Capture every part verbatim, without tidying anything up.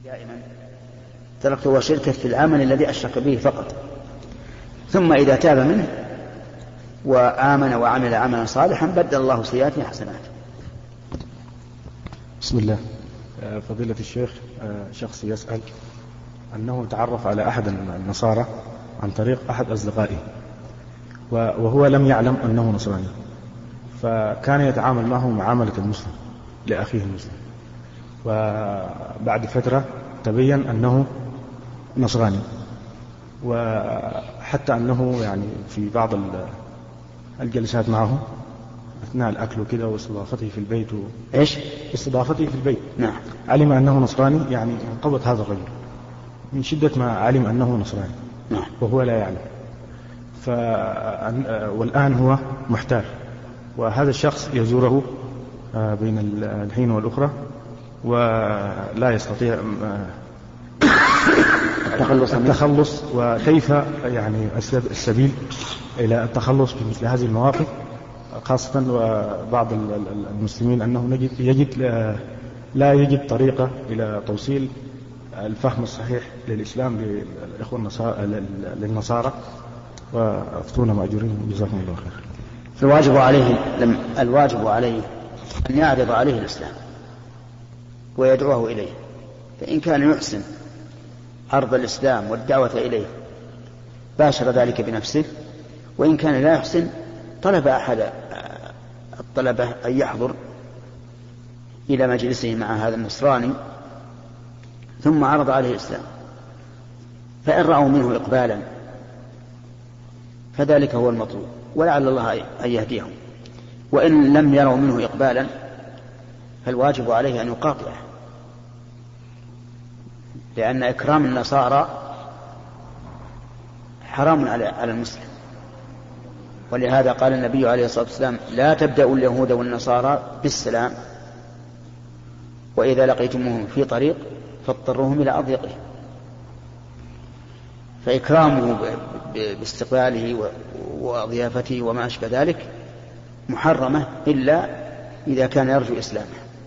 دائما تركته وشركه في العمل الذي أشرك به فقط، ثم إذا تاب منه وآمن وعمل عملا صالحا بدل الله سيئاته حسنات. بسم الله. فضيلة الشيخ، شخص يسأل أنه تعرف على أحد النصارى عن طريق أحد أصدقائه وهو لم يعلم أنه نصراني، فكان يتعامل معه معاملة المسلم لأخيه المسلم، وبعد فترة تبين أنه نصراني، وحتى أنه يعني في بعض الجلسات معه أثناء الأكل وكذا واستضافته في البيت و... إيش؟ استضافته في البيت. نعم. علم أنه نصراني، يعني انقبض هذا الرجل من شدة ما علم أنه نصراني. نعم. وهو لا يعلم. ف... والآن هو محتار، وهذا الشخص يزوره بين الحين والأخرى ولا يستطيع التخلص, التخلص وكيف يعني السبيل إلى التخلص بمثل هذه المواقف، خاصة وبعض المسلمين أنه يجد لا يجد طريقة إلى توصيل الفهم الصحيح للإسلام للإخوة للنصارى، وأفتونا مأجورين جزاكم الله خير. الواجب عليه الواجب عليه أن يعرض عليه الإسلام ويدعوه إليه، فإن كان يحسن عرض الإسلام والدعوة إليه باشر ذلك بنفسه، وإن كان لا يحسن طلب أحد الطلبة أن يحضر إلى مجلسه مع هذا النصراني ثم عرض عليه الإسلام، فإن رأوا منه إقبالا فذلك هو المطلوب، ولعل الله أن يهديهم، وإن لم يروا منه إقبالا فالواجب عليه أن يقاطعه، لأن إكرام النصارى حرام على المسلم، ولهذا قال النبي عليه الصلاة والسلام: لا تبدأوا اليهود والنصارى بالسلام، وإذا لقيتموهم في طريق فاضطروهم إلى أضيقه. فإكرامه باستقباله وضيافته وما أشبه ذلك محرمة إلا إذا كان يرجو إسلامه.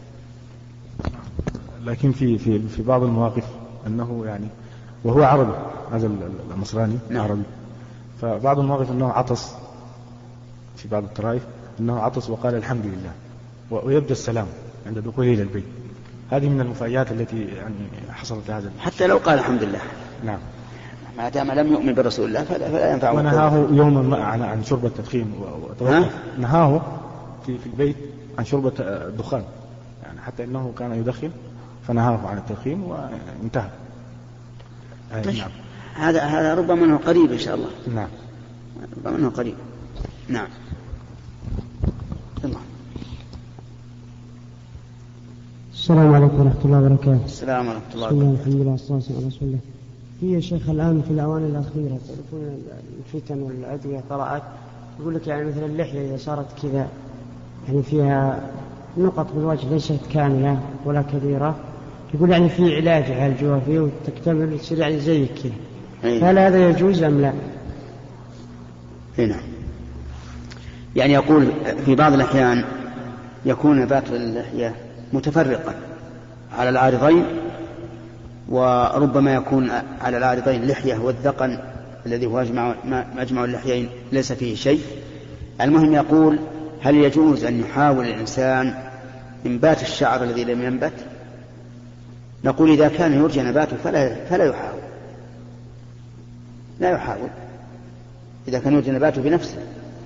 لكن في في في بعض المواقف أنه يعني وهو عربي، هذا النصراني عربي، فبعض المواقف أنه عطس في بعض الطرائف، أنه عطس وقال الحمد لله ويبدأ السلام عند دخوله إلى البيت. هذه من المفاجآت التي يعني حصلت هذا حتى لو قال الحمد لله. نعم. ما دام لم يؤمن برسول الله فلا, فلا ينفعه. ونهاه يوما ما عن عن شرب التدخين، نهاه في في البيت عن شرب الدخان، يعني حتى إنه كان يدخن فنهاه عن التدخين وانتهى. نعم. هذا هذا ربما انه قريب ان شاء الله. نعم. ربما انه قريب. نعم. الله. السلام عليكم ورحمة الله وبركاته. السلام ورحمة الله وبركاته. الحمد لله والصلاة والسلام على رسول الله. في يا شيخ الآن في الأوان الأخيرة تعرفون الفتن والأدوية طلعت، يقول لك يعني مثل اللحية إذا صارت كذا يعني فيها نقط بالوجه ليست كاملة ولا كبيرة، يقول يعني في علاج يعالجوها فيه وتكتمل تصير يعني زي كذا، هل هذا يجوز أم لا؟ هنا يعني يقول في بعض الأحيان يكون نبات اللحية متفرقا على العارضين، وربما يكون على العارضين لحية والذقن الذي هو مجمع اللحيين ليس فيه شيء. المهم يقول هل يجوز أن يحاول الإنسان إنبات الشعر الذي لم ينبت؟ نقول إذا كان يرجى نباته فلا, فلا يحاول، لا يحاول إذا كان يرجى نباته بنفسه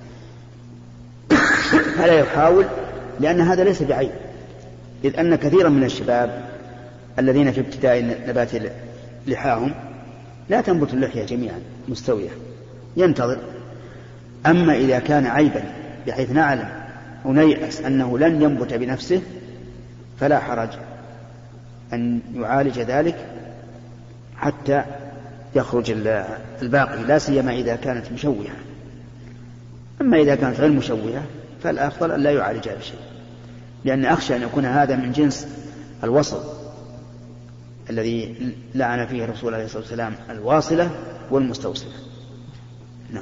فلا يحاول، لأن هذا ليس بعيب، إذ أن كثيرا من الشباب الذين في ابتداء نبات لحاهم لا تنبت اللحية جميعا مستوية، ينتظر. أما إذا كان عيبا بحيث نعلم ونيأس أنه لن ينبت بنفسه فلا حرج أن يعالج ذلك حتى يخرج الباقي، لا سيما إذا كانت مشوهة. أما إذا كانت غير مشوهة فالأفضل أن لا يعالجها بشيء، لأن أخشى أن يكون هذا من جنس الوصل الذي لعن فيه الرسول عليه الصلاة والسلام الواصلة والمستوصلة. نعم.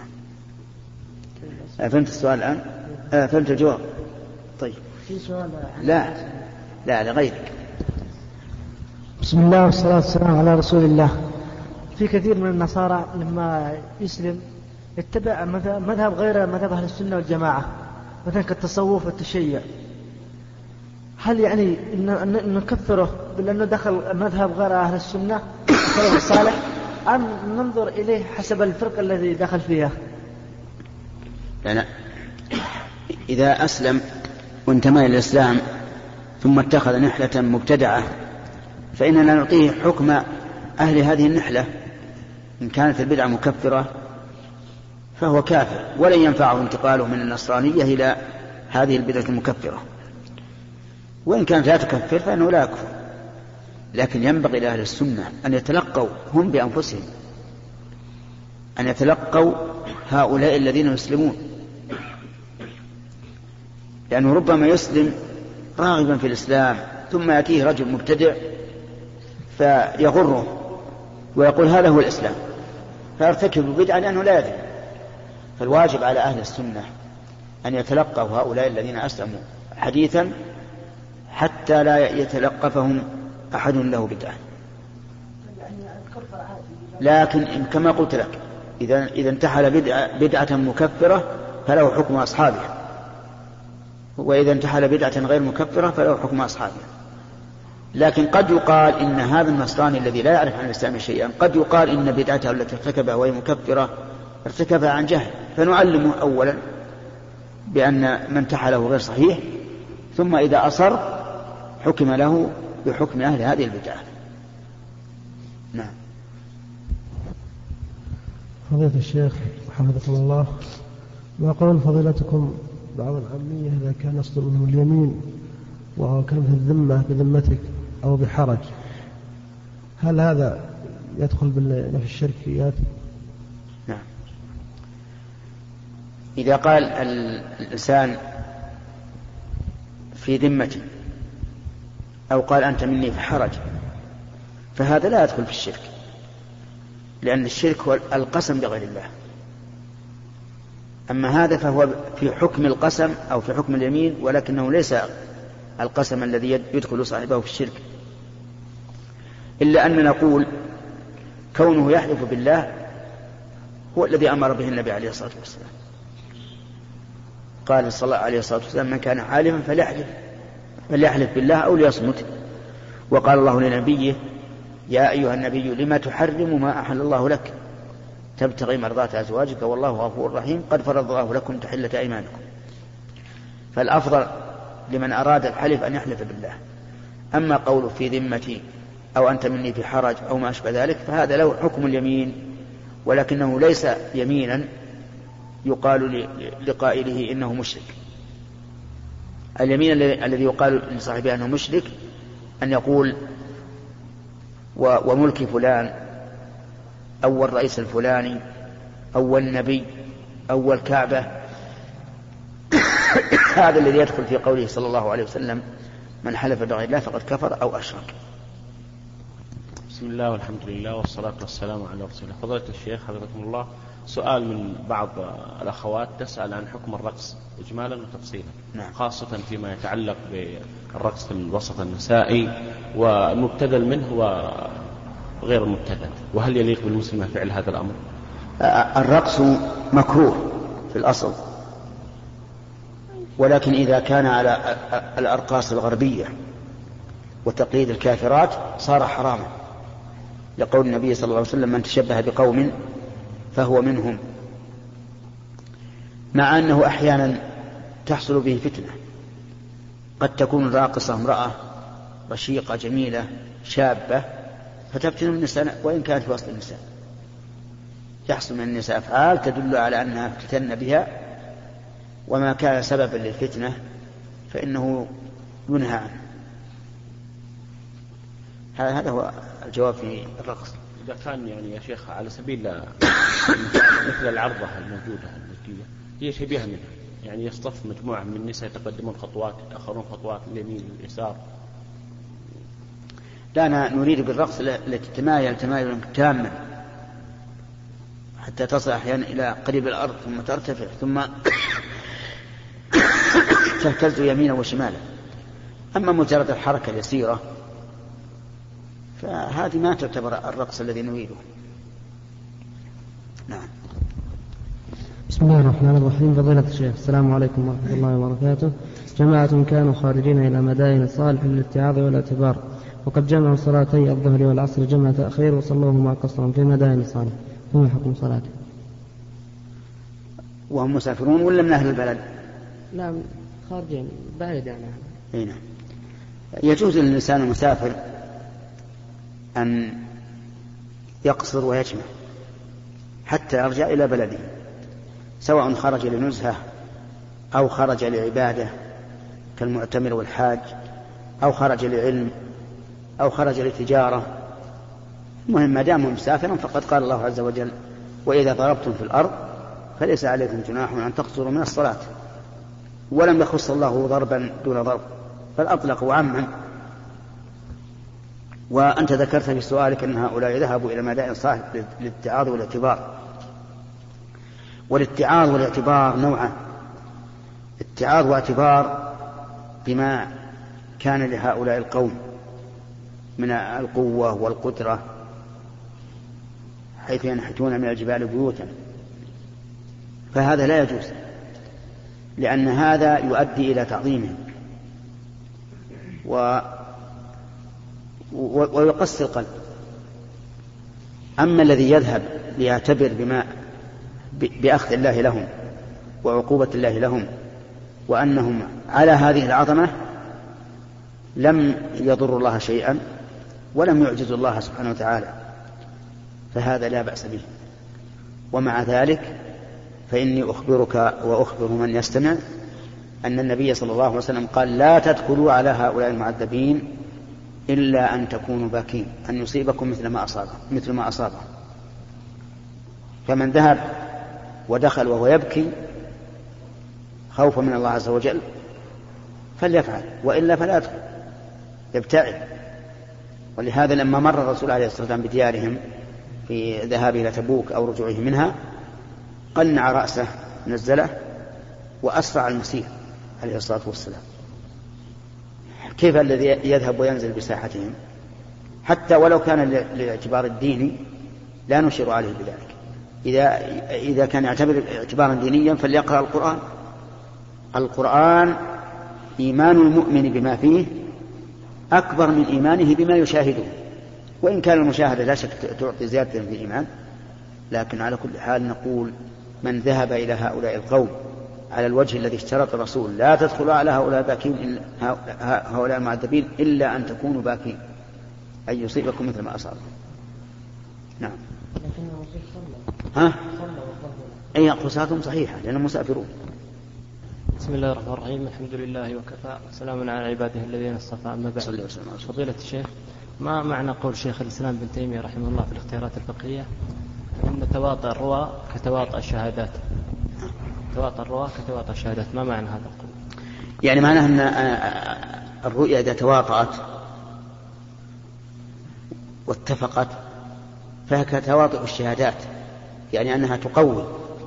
فهمت السؤال الآن؟ فهمت الجواب؟ طيب. في سؤال؟ لا لا لغيرك. بسم الله والصلاة والسلام على رسول الله. في كثير من النصارى لما يسلم اتبع مذهب غير مذهب أهل السنة والجماعة، مثلا كالتصوف والتشيع. هل يعني أن نكفره بأنه دخل مذهب غير أهل السنة الصالح، أم ننظر إليه حسب الفرق الذي دخل فيها؟ لا، إذا أسلم وانتمى إلى الإسلام ثم اتخذ نحلة مبتدعة فإننا نعطيه حكم أهل هذه النحلة. إن كانت البدعة مكفرة فهو كافر، ولن ينفعه انتقاله من النصرانية إلى هذه البدعة المكفرة. وإن كانت لا تكفر فإنه لا يكفر، لكن ينبغي لأهل السنة أن يتلقوا هم بأنفسهم، أن يتلقوا هؤلاء الذين يسلمون، لأنه ربما يسلم راغبا في الإسلام ثم يأتيه رجل مبتدع فيغره ويقول هذا هو الإسلام فيرتكب بدعة لأنه لا يدري. فالواجب على أهل السنة أن يتلقوا هؤلاء الذين أسلموا حديثا حتى لا يتلقفهم أحد له بدعة. لكن كما قلت لك إذا, إذا انتحل بدعة, بدعة مكفرة فله حكم أصحابه، وإذا انتحل بدعة غير مكفرة فله حكم أصحابه. لكن قد يقال إن هذا النصراني الذي لا يعرف عن الإسلام شيئا قد يقال إن بدعته التي ارتكبها وهي مكفرة ارتكبها عن جهل، فنعلمه أولا بأن من انتحله غير صحيح، ثم إذا أصر حكم له بحكم أهل هذه البدعة. نعم. فضيلة الشيخ حفظكم الله، ما قول فضيلتكم بعض العامية إذا كان يصدر منهم اليمين وهو كلمة الذمة بذمتك أو بحرج، هل هذا يدخل في الشركيات؟ نعم. إذا قال الإنسان في ذمتي أو قال أنت مني في حرج فهذا لا يدخل في الشرك، لأن الشرك هو القسم بغير الله. أما هذا فهو في حكم القسم أو في حكم اليمين، ولكنه ليس القسم الذي يدخل صاحبه في الشرك. إلا أن نقول كونه يحلف بالله هو الذي أمر به النبي عليه الصلاة والسلام. قال صلى الله عليه الصلاة والسلام من كان حالفا فليحلف فليحلف بالله أو ليصمت. وقال الله لنبيه يا أيها النبي لما تحرم ما أحل الله لك تبتغي مرضات أزواجك والله غفور رحيم قد فرض الله لكم تحلة أيمانكم. فالأفضل لمن أراد الحلف أن يحلف بالله. أما قوله في ذمتي أو أنت مني في حرج أو ما أشبه ذلك فهذا له حكم اليمين، ولكنه ليس يمينا يقال لقائله إنه مشرك. اليمين الذي يقال لصاحبه أنه مشرك أن يقول وملك فلان أو الرئيس الفلاني أو النبي أو الكعبة هذا الذي يدخل في قوله صلى الله عليه وسلم من حلف بغير الله فقد كفر أو أشرك. بسم الله والحمد لله والصلاة والسلام على رسول الله. فضيلة الشيخ حفظكم الله، سؤال من بعض الأخوات تسأل عن حكم الرقص إجمالا وتفصيلا. نعم. خاصة فيما يتعلق بالرقص في الوسط النسائي والمبتذل منه وغير المبتذل، وهل يليق بالمسلمة فعل هذا الأمر؟ الرقص مكروه في الأصل، ولكن إذا كان على الأرقاص الغربية وتقليد الكافرات صار حراما، لقول النبي صلى الله عليه وسلم من تشبه بقوم فهو منهم، مع أنه أحيانا تحصل به فتنة. قد تكون الراقصة امرأة رشيقة جميلة شابة فتفتن النساء وإن كانت في وسط النساء، يحصل من النساء أفعال تدل على أنها افتتن بها، وما كان سببا للفتنة فإنه ينهى عنه. هذا هو الجواب في الرقص. إذا كان يعني يا شيخ على سبيل مثل العرضة الموجودة الملكية هي شبيهة منها، يعني يصطف مجموعة من النساء يتقدمون خطوات يتأخرون خطوات اليمين واليسار. لا، أنا نريد بالرقص التي تمايل تمايل تاما حتى تصل أحيانا إلى قريب الأرض ثم ترتفع ثم تهتز يمينا وشمالا. أما مجرد الحركة اليسيرة فهذه ما تعتبر الرقص الذي نريده. نعم. بسم الله الرحمن الرحيم. فضيلة الشيخ، السلام عليكم ورحمة الله وبركاته. جماعة كانوا خارجين إلى مدائن صالح للاتعاظ والاعتبار، وقد جمعوا صلاتي الظهر والعصر جمع تأخير وصلوهما قصرا في مدائن صالح، فما حكم صلاته؟ وهم مسافرون ولا من أهل البلد؟ لا، خارجين بعيد يعني. هنا يجوز للإنسان المسافر أن يقصر ويجمع حتى يرجع إلى بلده، سواء خرج لنزهة أو خرج لعبادة كالمعتمر والحاج، أو خرج لعلم، أو خرج لتجارة. المهم ما دام مسافرا فقد قال الله عز وجل: وإذا ضربتم في الأرض فليس عليكم جناح أن تقصروا من الصلاة. ولم يخص الله ضربا دون ضرب، بل أطلق وعمم. وأنت ذكرت في سؤالك أن هؤلاء ذهبوا إلى مدائن صالح للاتعاظ والاعتبار. والاتعاظ والاعتبار نوعان: اتعاظ واعتبار بما كان لهؤلاء القوم من القوة والقدرة، حيث ينحتون من الجبال بيوتا، فهذا لا يجوز، لأن هذا يؤدي إلى تعظيمهم و... و... ويقسي القلب. أما الذي يذهب ليعتبر بما ب... بأخذ الله لهم وعقوبة الله لهم، وأنهم على هذه العظمة لم يضر الله شيئا ولم يعجز الله سبحانه وتعالى، فهذا لا بأس به. ومع ذلك فإني أخبرك وأخبر من يستمع أن النبي صلى الله عليه وسلم قال: لا تدخلوا على هؤلاء المعذبين إلا أن تكونوا باكين، أن يصيبكم مثل ما أصابه مثل ما أصابه. فمن ذهب ودخل وهو يبكي خوفا من الله عز وجل فليفعل، وإلا فلا يدخل، يبتعد. ولهذا لما مر الرسول عليه الصلاة والسلام بديارهم في ذهابه إلى تبوك أو رجوعه منها قنع رأسه نزله وأسرع المسير عليه الصلاة والسلام. كيف الذي يذهب وينزل بساحتهم؟ حتى ولو كان للاعتبار الديني لا نشير عليه بذلك. إذا, إذا كان يعتبر اعتبارا دينيا فليقرأ القرآن. القرآن إيمان المؤمن بما فيه أكبر من إيمانه بما يشاهده، وإن كان المشاهدة لا شك تعطي زيادة في الإيمان، لكن على كل حال نقول: من ذهب إلى هؤلاء القوم على الوجه الذي اشترط الرسول: لا تدخلوا على هؤلاء باكين هؤلاء المعذبين إلا أن تكونوا باكين، أي يصيبكم مثل ما أصابهم. نعم. ها؟ أي قصاتهم صحيحة لأنهم مسافرون. بسم الله الرحمن الرحيم. الحمد لله وكفى، وسلام على عباده الذين اصطفى. أما بعد، فضيلة الشيخ، ما معنى قول شيخ الإسلام ابن تيمية رحمه الله في الاختيارات الفقهية أن تواطأ الرواة كتواطأ الشهادات؟ تواطأ الرواة كتواطأ الشهادات، ما معنى هذا القول؟ يعني معناه أن الرؤيا إذا تواطأت واتفقت فهي كتواطؤ الشهادات، يعني أنها تقوي.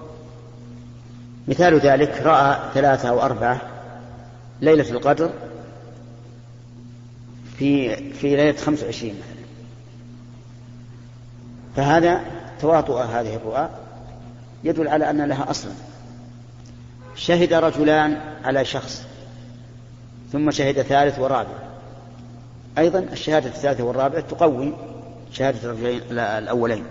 مثال ذلك: رأى ثلاثة أو أربعة ليلة القدر في في ليلة خمس وعشرين مثلا، فهذا تواطؤ هذه الرؤى يدل على أن لها أصلا. شهد رجلان على شخص ثم شهد ثالث ورابع، أيضا الشهادة الثالثة والرابعة تقوي شهادة الرجلين الأولين.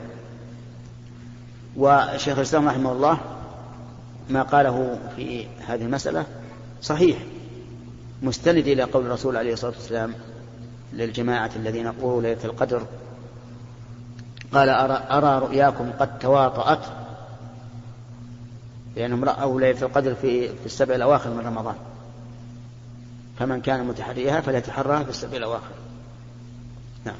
وشيخ الإسلام رحمه الله ما قاله في هذه المسألة صحيح، مستند إلى قول الرسول عليه الصلاة والسلام للجماعة الذين قولوا ليلة القدر: قال: أرى, أرى رؤياكم قد تواطأت، لأنهم رأوا ليلة القدر في, في السبع الأواخر من رمضان، فمن كان متحريها فليتحرها في السبع الأواخر. نعم.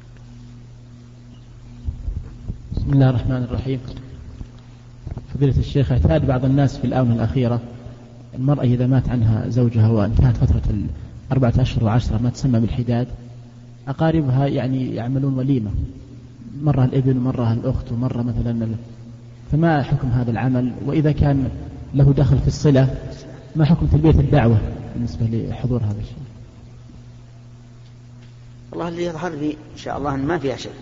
بسم الله الرحمن الرحيم. فضيلة الشيخ، اعتاد بعض الناس في الآونة الأخيرة المرأة إذا مات عنها زوجها وانتهت فترة الأربعة أشهر وعشرة ما تسمى بالحداد، أقاربها يعني يعملون وليمة، مرة الابن ومرة الأخت ومرة مثلا، فما حكم هذا العمل؟ وإذا كان له دخل في الصلة ما حكم تلبية الدعوة بالنسبة لحضور هذا الشيء؟ والله اللي يظهر لي إن شاء الله ما فيها شيء،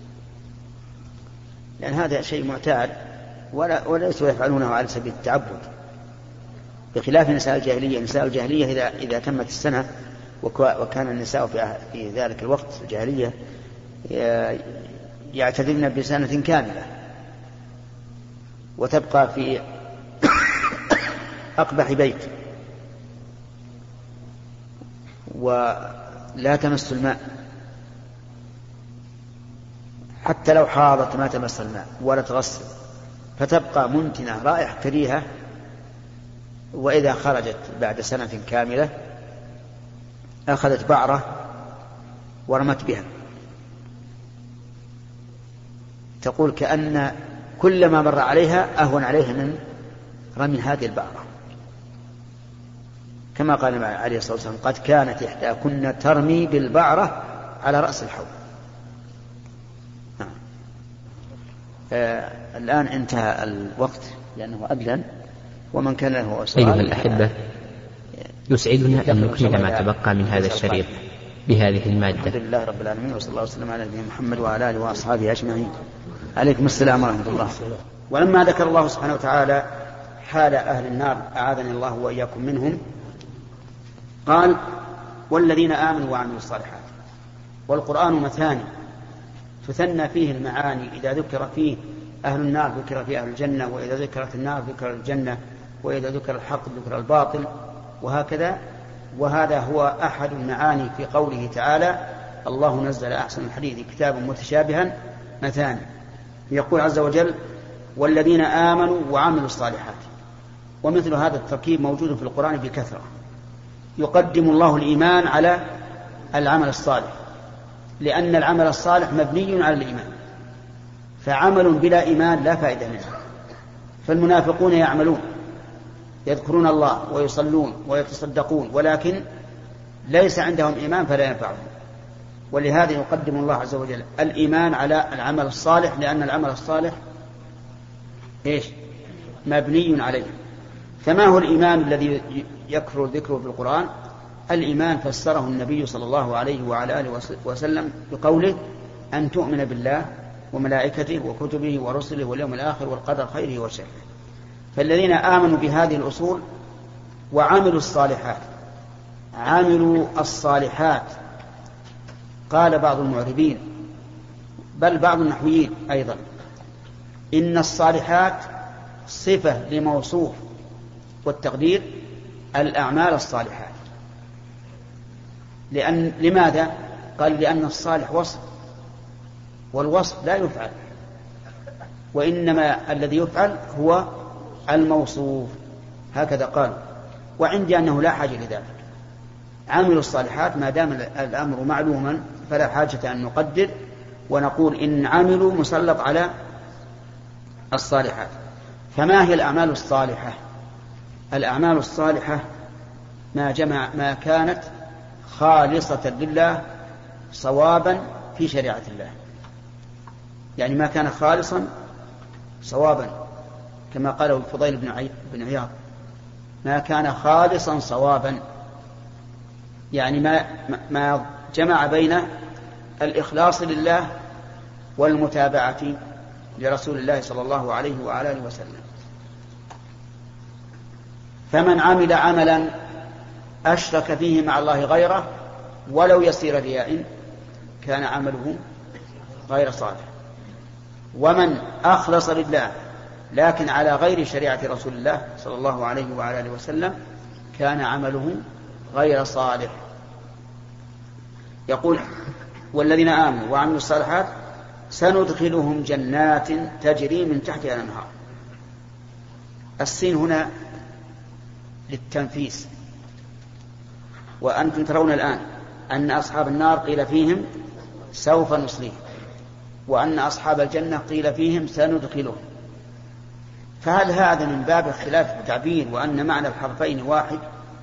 لأن هذا شيء معتاد ولا وليسوا يفعلونه على سبيل التعبد، بخلاف نساء الجاهلية. نساء الجاهلية إذا إذا تمت السنة وكان النساء في ذلك الوقت الجاهلية يعتدلن بسنة كاملة وتبقى في أقبح بيت ولا تمس الماء، حتى لو حاضت ما تمس الماء ولا تغسل، فتبقى منتنة رائحة كريهة. وإذا خرجت بعد سنة كاملة أخذت بعرة ورمت بها، تقول كأن كل ما مر عليها أهون عليها من رمي هذه البعرة، كما قال عليه الصلاة والسلام: قد كانت إحداكن ترمي بالبعرة على رأس الحوض. آه الآن انتهى الوقت لأنه أذن، ومن كان له سؤال. أيها الأحبة، يسعدنا أن نكمل ما تبقى من هذا الشريط بهذه المادة. الحمد لله رب العالمين، وصلى الله وسلم على نبينا محمد وعلى آله وأصحابه أجمعين. عليكم السلام ورحمة الله. ولما ذكر الله سبحانه وتعالى حال أهل النار أعاذني الله وإياكم منهم، قال: والذين آمنوا وعملوا الصالحات. والقرآن مثاني تثنى فيه المعاني، إذا ذكر فيه أهل النار ذكر فيه أهل الجنة، وإذا ذكرت النار ذكر الجنة، وإذا ذكر الحق ذكر الباطل، وهكذا. وهذا هو أحد المعاني في قوله تعالى: الله نزل أحسن الحديث كتابا متشابها مثاني. يقول عز وجل: والذين آمنوا وعملوا الصالحات. ومثل هذا التركيب موجود في القرآن بكثرة. يقدم الله الإيمان على العمل الصالح، لأن العمل الصالح مبني على الإيمان، فعمل بلا إيمان لا فائدة منه. فالمنافقون يعملون، يذكرون الله ويصلون ويتصدقون، ولكن ليس عندهم إيمان فلا ينفعهم. ولهذا يقدم الله عز وجل الإيمان على العمل الصالح، لأن العمل الصالح إيش؟ مبني عليه. فما هو الإيمان الذي يكثر ذكره في القرآن؟ الإيمان فسره النبي صلى الله عليه وعلى آله وسلم بقوله: أن تؤمن بالله وملائكته وكتبه ورسله واليوم الآخر والقدر خيره وشره. فالذين آمنوا بهذه الأصول وعملوا الصالحات، عملوا الصالحات، قال بعض المعربين بل بعض النحويين أيضا: إن الصالحات صفة لموصوف، والتقدير الأعمال الصالحات. لأن لماذا؟ قال: لأن الصالح وصف، والوصف لا يفعل، وإنما الذي يفعل هو الموصوف. هكذا قال. وعندي أنه لا حاجة لذلك. عملوا الصالحات ما دام الأمر معلوما فلا حاجة أن نقدر ونقول إن عملوا مسلط على الصالحات. فما هي الأعمال الصالحة؟ الأعمال الصالحة ما جمع ما كانت خالصة لله صوابا في شريعة الله، يعني ما كان خالصا صوابا، كما قاله الفضيل بن عياض: ما كان خالصا صوابا، يعني ما ما جمع بين الإخلاص لله والمتابعة لرسول الله صلى الله عليه وعلى آله وسلم. فمن عمل عملا أشرك فيه مع الله غيره ولو يسير رياء كان عمله غير صالح. ومن أخلص لله لكن على غير شريعة رسول الله صلى الله عليه وعلى آله وسلم كان عمله غير صالح. يقول: والذين آمنوا وعملوا الصالحات سندخلهم جنات تجري من تحتها الأنهار. السين هنا للتنفيس. وأنتم ترون الآن أن أصحاب النار قيل فيهم سوف نصليهم، وأن أصحاب الجنة قيل فيهم سندخلهم. فهل هذا من باب اختلاف التعبير وأن معنى الحرفين واحد؟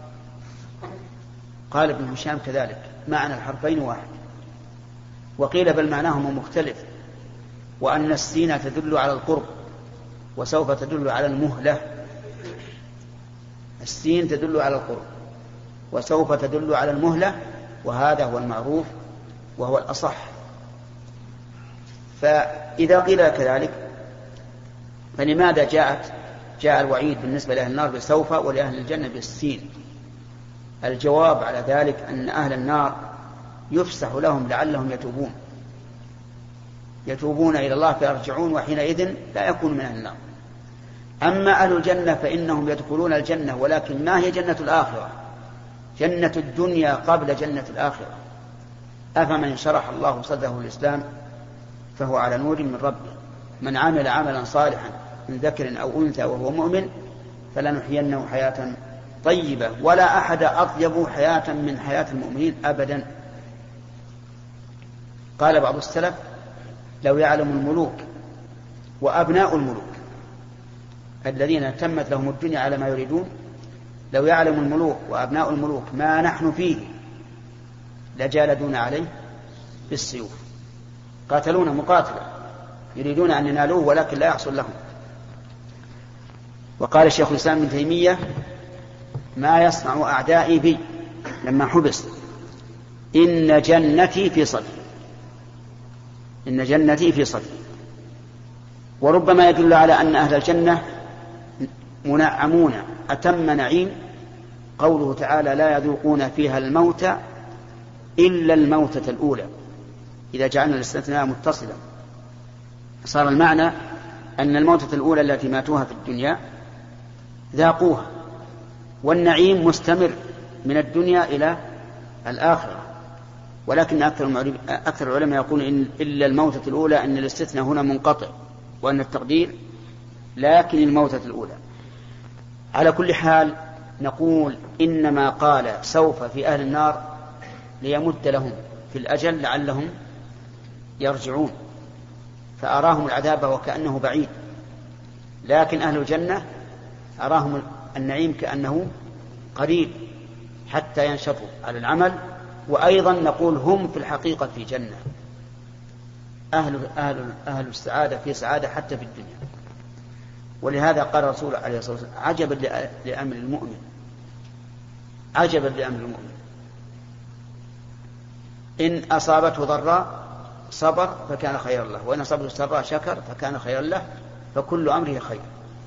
قال ابن هشام كذلك: معنى الحرفين واحد. وقيل بل معناهما مختلف، وأن السين تدل على القرب وسوف تدل على المهلة. السين تدل على القرب وسوف تدل على المهلة، وهذا هو المعروف وهو الأصح. فإذا قيل كذلك فلماذا جاءت جاء الوعيد بالنسبة لأهل النار بسوف ولأهل الجنة بالسين؟ الجواب على ذلك أن أهل النار يفسح لهم لعلهم يتوبون يتوبون إلى الله فيرجعون، وحينئذ لا يكون من أهل النار. أما أهل الجنة فإنهم يدخلون الجنة، ولكن ما هي جنة الآخرة؟ جنة الدنيا قبل جنة الآخرة. أفمن شرح الله صدره الإسلام فهو على نور من ربه، من عمل عملا صالحا من ذكر أو أنثى وهو مؤمن فلنحيينه حياة طيبة، ولا أحد أطيب حياة من حياة المؤمنين أبدا. قال بعض السلف: لو يعلم الملوك وأبناء الملوك الذين تمت لهم الدنيا على ما يريدون، لو يعلم الملوك وأبناء الملوك ما نحن فيه لجالدون عليه بالسيوف، قاتلون مقاتلة يريدون أن ينالوه ولكن لا يحصل لهم. وقال الشيخ الإسلام ابن تيمية: ما يصنع أعدائي بي لما حبس إن جنتي في صدري، إن جنتي في صدري. وربما يدل على أن أهل الجنة منعمون أتم نعيم قوله تعالى: لا يذوقون فيها الموت إلا الموتة الأولى. إذا جعلنا الاستثناء متصلا صار المعنى أن الموتة الأولى التي ماتوها في الدنيا ذاقوها، والنعيم مستمر من الدنيا إلى الآخرة. ولكن أكثر العلماء يقول إن إلا الموتة الأولى، أن الاستثناء هنا منقطع، وأن التقدير لكن الموتة الأولى. على كل حال نقول إنما قال سوف في أهل النار ليمد لهم في الأجل لعلهم يرجعون، فأراهم العذاب وكأنه بعيد، لكن أهل الجنة أراهم النعيم كأنه قريب حتى ينشطوا على العمل. وأيضا نقول هم في الحقيقة في جنة، أهل, أهل, أهل السعادة في سعادة حتى في الدنيا. ولهذا قال الرسول عليه الصلاة والسلام: عجبا لأمر المؤمن، عجبا لأمر المؤمن، إن أصابته ضراء صبر فكان خيرا له، وإن أصابته سراء شكر فكان خيرا له، فكل أمره خير،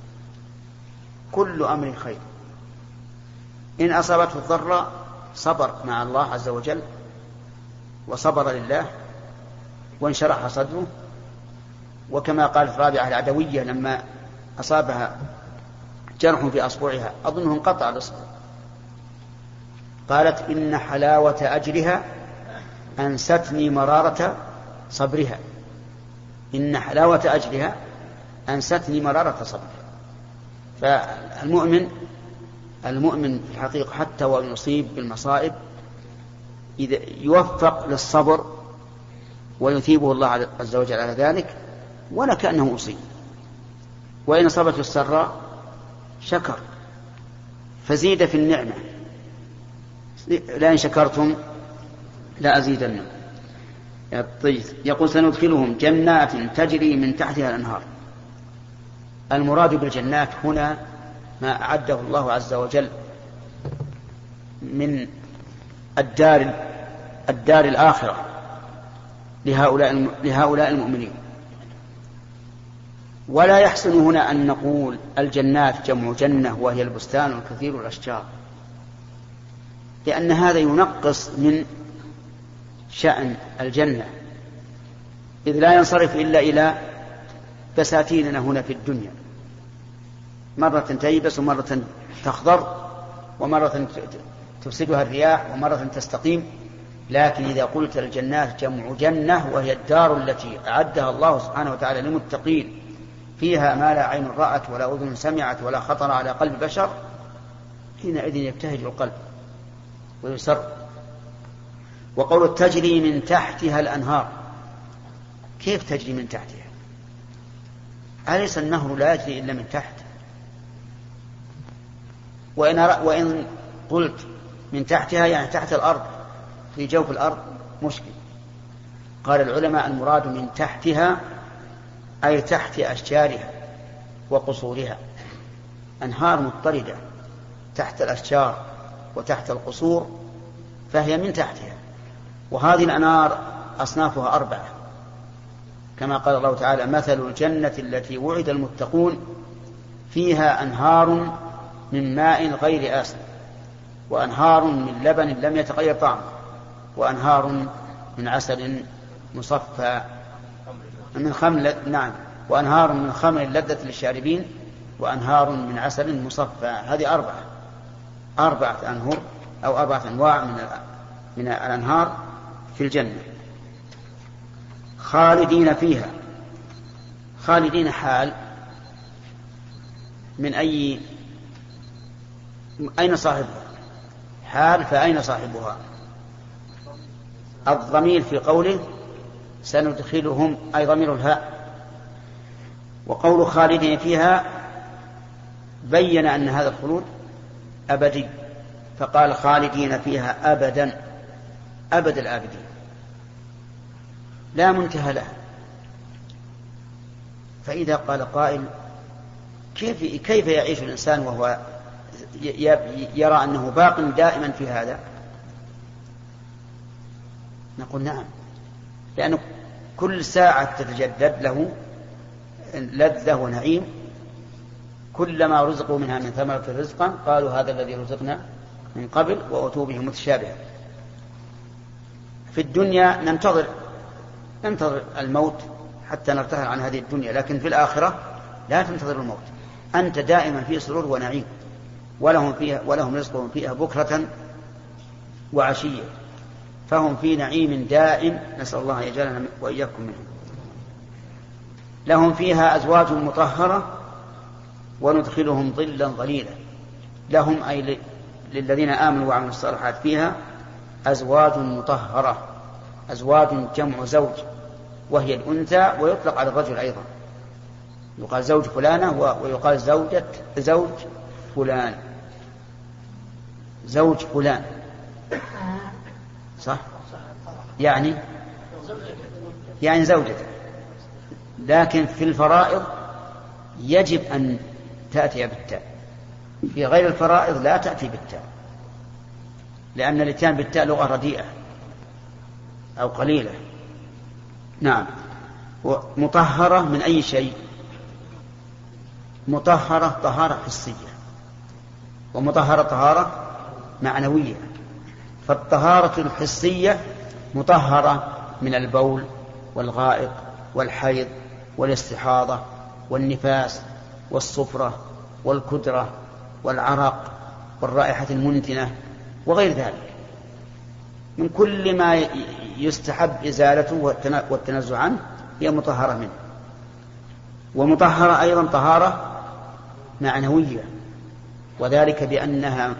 كل أمر خير. إن أصابته الضراء صبر مع الله عز وجل وصبر لله وانشرح صدره، وكما قالت رابعة العدوية لما أصابها جرح في أصبعها أظنه انقطع الأصبع، قالت: إن حلاوة أجرها أنستني مرارة صبرها، إن حلاوة أجرها أنستني مرارة صبرها. فالمؤمن المؤمن في الحقيقة حتى وإن يصيب بالمصائب إذا يوفق للصبر ويثيبه الله عز وجل على ذلك ولا كأنه أصيب. وإن أصابته السراء شكر فزيد في النعمة، لئن شكرتم لأزيدنكم. يقول: سندخلهم جنات تجري من تحتها الأنهار. المراد بالجنات هنا ما أعده الله عز وجل من الدار الدار الآخرة لهؤلاء لهؤلاء المؤمنين. ولا يحسن هنا أن نقول الجنات جمع جنة وهي البستان الكثير الأشجار، لأن هذا ينقص من شأن الجنة، إذ لا ينصرف إلا إلى بساتيننا هنا في الدنيا، مرة تيبس ومرة تخضر ومرة تفسدها الرياح ومرة تستقيم. لكن إذا قلت الجنات جمع جنة وهي الدار التي أعدها الله سبحانه وتعالى للمتقين فيها ما لا عين رأت ولا أذن سمعت ولا خطر على قلب بشر، حينئذ يبتهج القلب ويسر. وقول تجري من تحتها الأنهار، كيف تجري من تحتها؟ أليس النهر لا يجري إلا من تحت؟ وإن, وإن قلت من تحتها يعني تحت الأرض في جوف الأرض مشكل. قال العلماء: المراد من تحتها أي تحت أشجارها وقصورها، أنهار مضطردة تحت الأشجار وتحت القصور فهي من تحتها. وهذه الأنهار أصنافها أربعة، كما قال الله تعالى: مثل الجنة التي وعد المتقون فيها أنهار من ماء غير آسن، وأنهار من لبن لم يتغير طعمه، وأنهار من عسل مصفى من خمر نعم وأنهار من خمر لذة للشاربين، وأنهار من عسل مصفى. هذه أربعة أربعة أنهر أو أربعة أنواع من من الأنهار في الجنة خالدين فيها. خالدين حال من أي أين صاحبها؟ حال، فأين صاحبها؟ الضمير في قوله سندخلهم أي ضمير الهاء. وقول خالدين فيها بين أن هذا الخلود أبدي، فقال خالدين فيها أبدا، أبد الآبدين لا منتهى له. فإذا قال قائل كيف كيف يعيش الإنسان وهو يرى أنه باق دائما في هذا؟ نقول نعم، لأن كل ساعة تتجدد له لذة ونعيم، كلما رزقوا منها من ثمرة رزقا قالوا هذا الذي رزقنا من قبل وأتوا به متشابها. في الدنيا ننتظر ننتظر الموت حتى نرتحل عن هذه الدنيا، لكن في الآخرة لا تنتظر الموت، أنت دائما في سرور ونعيم، ولهم فيها ولهم رزقهم فيها بكرة وعشية، فهم في نعيم دائم، نسأل الله يجعلنا وإياكم منهم. لهم فيها أزواج مطهرة وندخلهم ظلا ظليلا. لهم أي للذين آمنوا وعملوا الصالحات فيها أزواج مطهرة. أزواج جمع زوج، وهي الأنثى، ويطلق على الرجل أيضا، يقال زوج فلانة ويقال زوجة زوج فلان زوج فلان صح؟ يعني يعني زوجته، لكن في الفرائض يجب أن تأتي بالتاء، في غير الفرائض لا تأتي بالتاء، لأن الاتيان بالتاء لغة رديئة أو قليلة. نعم. ومطهرة من أي شيء؟ مطهرة طهارة حسية، ومطهرة طهارة معنوية. فالطهارة الحسية مطهرة من البول والغائط والحيض والاستحاضة والنفاس والصفرة والكدرة والعرق والرائحة المنتنة وغير ذلك، من كل ما يستحب إزالته والتنزع عنه هي مطهرة منه. ومطهرة أيضا طهارة معنوية، وذلك بأنها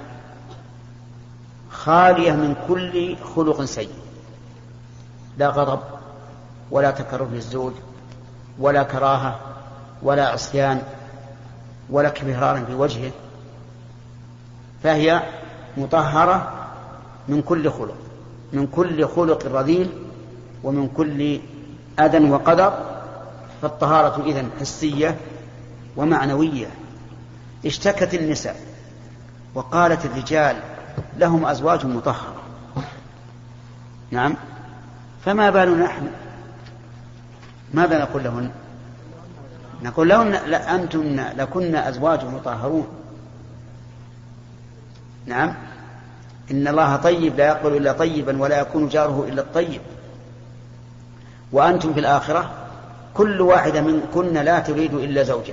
خالية من كل خلق سيء، لا غضب ولا تكره للزوج ولا كراهة ولا عصيان ولا كبهران في وجهه، فهي مطهرة من كل خلق، من كل خلق رذيل ومن كل أذى وقدر. فالطهارة إذن حسية ومعنوية. اشتكت النساء وقالت الرجال لهم أزواج مطهرة، نعم، فما بالنا نحن؟ ماذا نقول لهن؟ نقول لهن لا أنتم لكن أزواج مطهرون. نعم، إن الله طيب لا يقبل إلا طيبا ولا يكون جاره إلا الطيب. وأنتم في الآخرة كل واحدة منكن لا تريد إلا زوجها،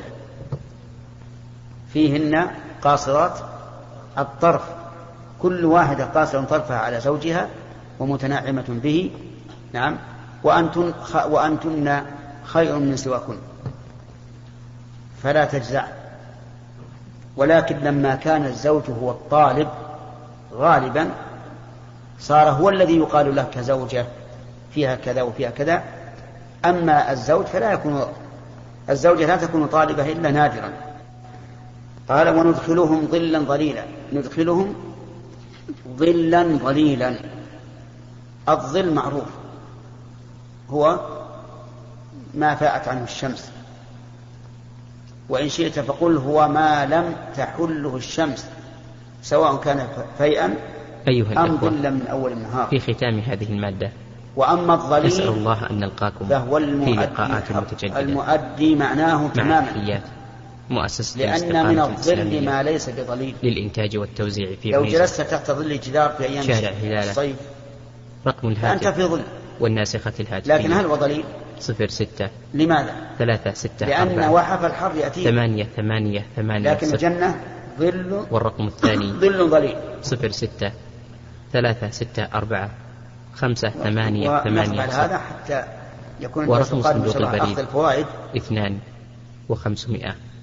فيهن قاصرات الطرف، كل واحدة قاصرة طرفها على زوجها ومتناعمة به. نعم. وأنتن, وأنتن خير من سواكن فلا تجزع. ولكن لما كان الزوج هو الطالب غالبا صار هو الذي يقال له كزوجة فيها كذا وفيها كذا. أما الزوج فلا يكون، الزوجة لا تكون طالبة إلا نادرا. قال وندخلهم ظلا ظليلا. ندخلهم ظلا ظليلا. الظل معروف هو ما فاءت عنه الشمس، وإن شئت فقل هو ما لم تحله الشمس سواء كان فيئا أم ظلا من أول النهار. في ختام هذه المادة وأما الظليل نسأل الله أن نلقاكم فهو في لقاءات متجددة المؤدي معناه تماما، تحيات مؤسسة لأن من الظل ما ليس بظليل للإنتاج والتوزيع في لو جلست تحت ظل جدار في أيام الصيف رقم الهاتف فأنت في ظل والناسخة الهاتفية. لكن هل هو ظليل؟ صفر ستة لماذا؟ ثلاثة ستة لأن أربعة وحف الحر يأتي ثمانية ثمانية ثمانية لكن الجنة ظل، والرقم الثاني ظل ظليل صفر ستة ثلاثة ستة أربعة خمسة ثمانية ثمانية هذا حتى يكون ورقم صندوق البريد الفوائد اثنان وخمسمائة